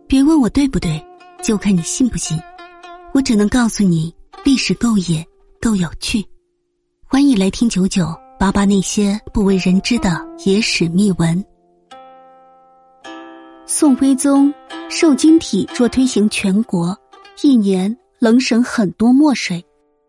别问我对不对，就看你信不信。我只能告诉你，历史够野，够有趣。欢迎来听9988那些不为人知的野史秘闻。宋徽宗受精体若推行全国，一年能省很多墨水。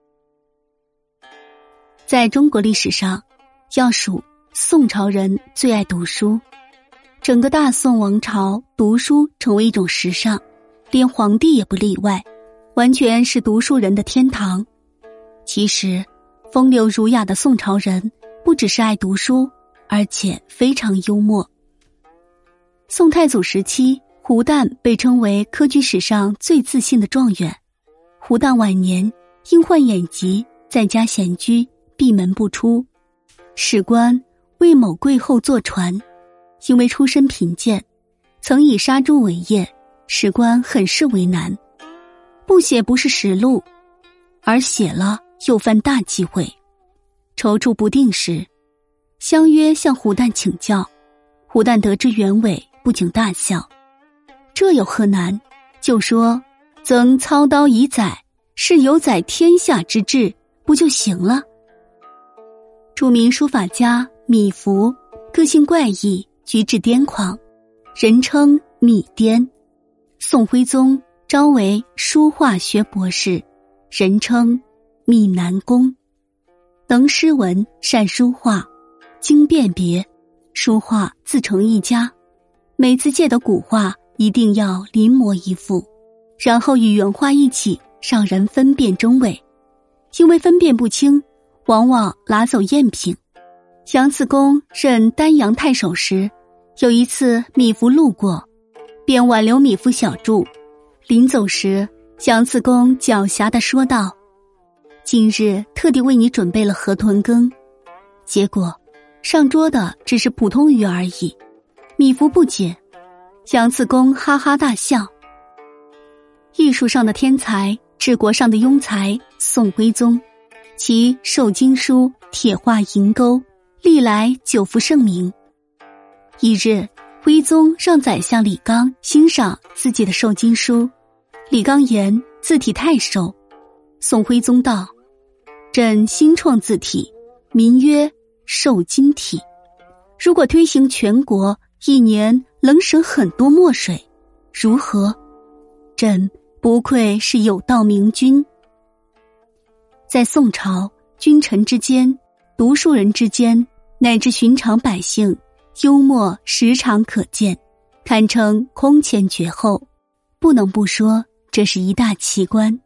在中国历史上，要数宋朝人最爱读书。整个大宋王朝读书成为一种时尚，连皇帝也不例外，完全是读书人的天堂。其实风流儒雅的宋朝人不只是爱读书，而且非常幽默。宋太祖时期，胡旦被称为科举史上最自信的状元。胡旦晚年因患眼疾，在家闲居，闭门不出。史官为某贵后坐船，因为出身贫贱，曾以杀猪为业，史官很是为难。不写不是实录，而写了又犯大忌讳。踌躇不定时，相约向胡旦请教。胡旦得知原委，不禁大笑。这有何难？就说曾操刀以宰，是有宰天下之志，不就行了？著名书法家米芾，个性怪异，举止癫狂，人称米癫。宋徽宗招为书画学博士，人称米南公。能诗文，善书画，经辨别，书画自成一家。每次借得古画，一定要临摹一幅，然后与原画一起让人分辨真伪。因为分辨不清，往往拿走赝品。杨次公任丹阳太守时，有一次米芾路过，便挽留米芾小住。临走时，杨次公狡黠地说道：今日特地为你准备了河豚羹。结果上桌的只是普通鱼而已。米芾不解，杨次公哈哈大笑。艺术上的天才，治国上的庸才，宋徽宗，其授经书，铁画银钩，历来久负盛名。一日，徽宗让宰相李纲欣赏自己的授经书。李纲言字体太瘦。宋徽宗道：朕新创字体，名曰授经体。如果推行全国，一年能省很多墨水，如何？朕不愧是有道明君。在宋朝，君臣之间，读书人之间，乃至寻常百姓，幽默时常可见，堪称空前绝后。不能不说，这是一大奇观。